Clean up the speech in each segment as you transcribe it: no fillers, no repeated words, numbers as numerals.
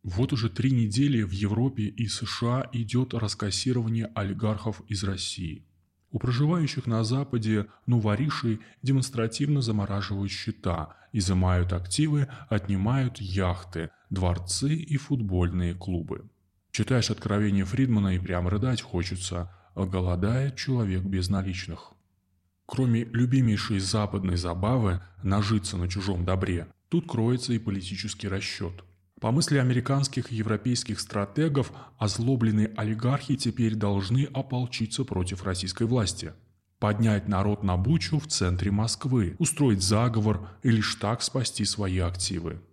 Вот уже 3 недели в Европе и США идет раскассирование олигархов из России. У проживающих на Западе новориши демонстративно замораживают счета, изымают активы, отнимают яхты, дворцы и футбольные клубы. Читаешь откровения Фридмана и прям рыдать хочется, голодает человек без наличных. Кроме любимейшей западной забавы нажиться на чужом добре, тут кроется и политический расчет. По мысли американских и европейских стратегов, озлобленные олигархи теперь должны ополчиться против российской власти. Поднять народ на бучу в центре Москвы, устроить заговор и лишь так спасти свои активы.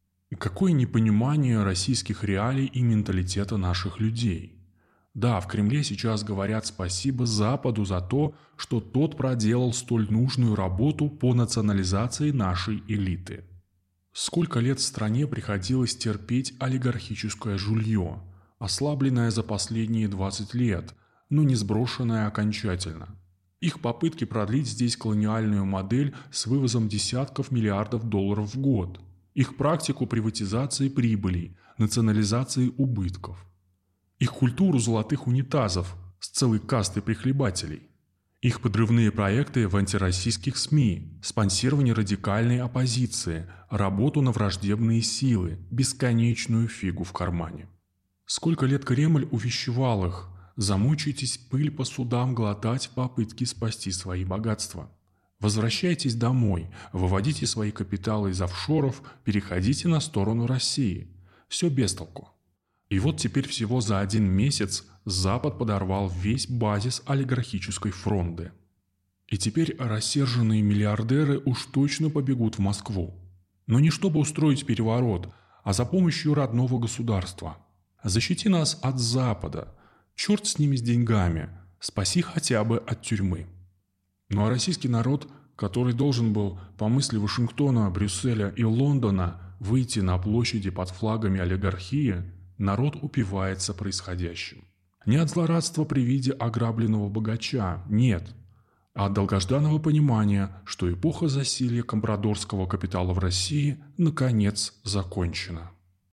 Какое непонимание российских реалий и менталитета наших людей. Да, в Кремле сейчас говорят спасибо Западу за то, что тот проделал столь нужную работу по национализации нашей элиты. Сколько лет в стране приходилось терпеть олигархическое жулье, ослабленное за последние 20 лет, но не сброшенное окончательно. Их попытки продлить здесь колониальную модель с вывозом десятков миллиардов долларов в год, их практику приватизации прибылей, национализации убытков, их культуру золотых унитазов с целой кастой прихлебателей, их подрывные проекты в антироссийских СМИ, спонсирование радикальной оппозиции, работу на враждебные силы, бесконечную фигу в кармане. Сколько лет Кремль увещевал их: замучитесь пыль по судам глотать в попытке спасти свои богатства. Возвращайтесь домой, выводите свои капиталы из офшоров, переходите на сторону России. Все без толку. И вот теперь всего за 1 месяц Запад подорвал весь базис олигархической фронды. И теперь рассерженные миллиардеры уж точно побегут в Москву. Но не чтобы устроить переворот, а за помощью родного государства. Защити нас от Запада. Черт с ними с деньгами. Спаси хотя бы от тюрьмы. Ну а российский народ, который должен был, по мысли Вашингтона, Брюсселя и Лондона, выйти на площади под флагами олигархии, народ упивается происходящим. Не от злорадства при виде ограбленного богача, нет, а от долгожданного понимания, что эпоха засилья компрадорского капитала в России наконец закончена.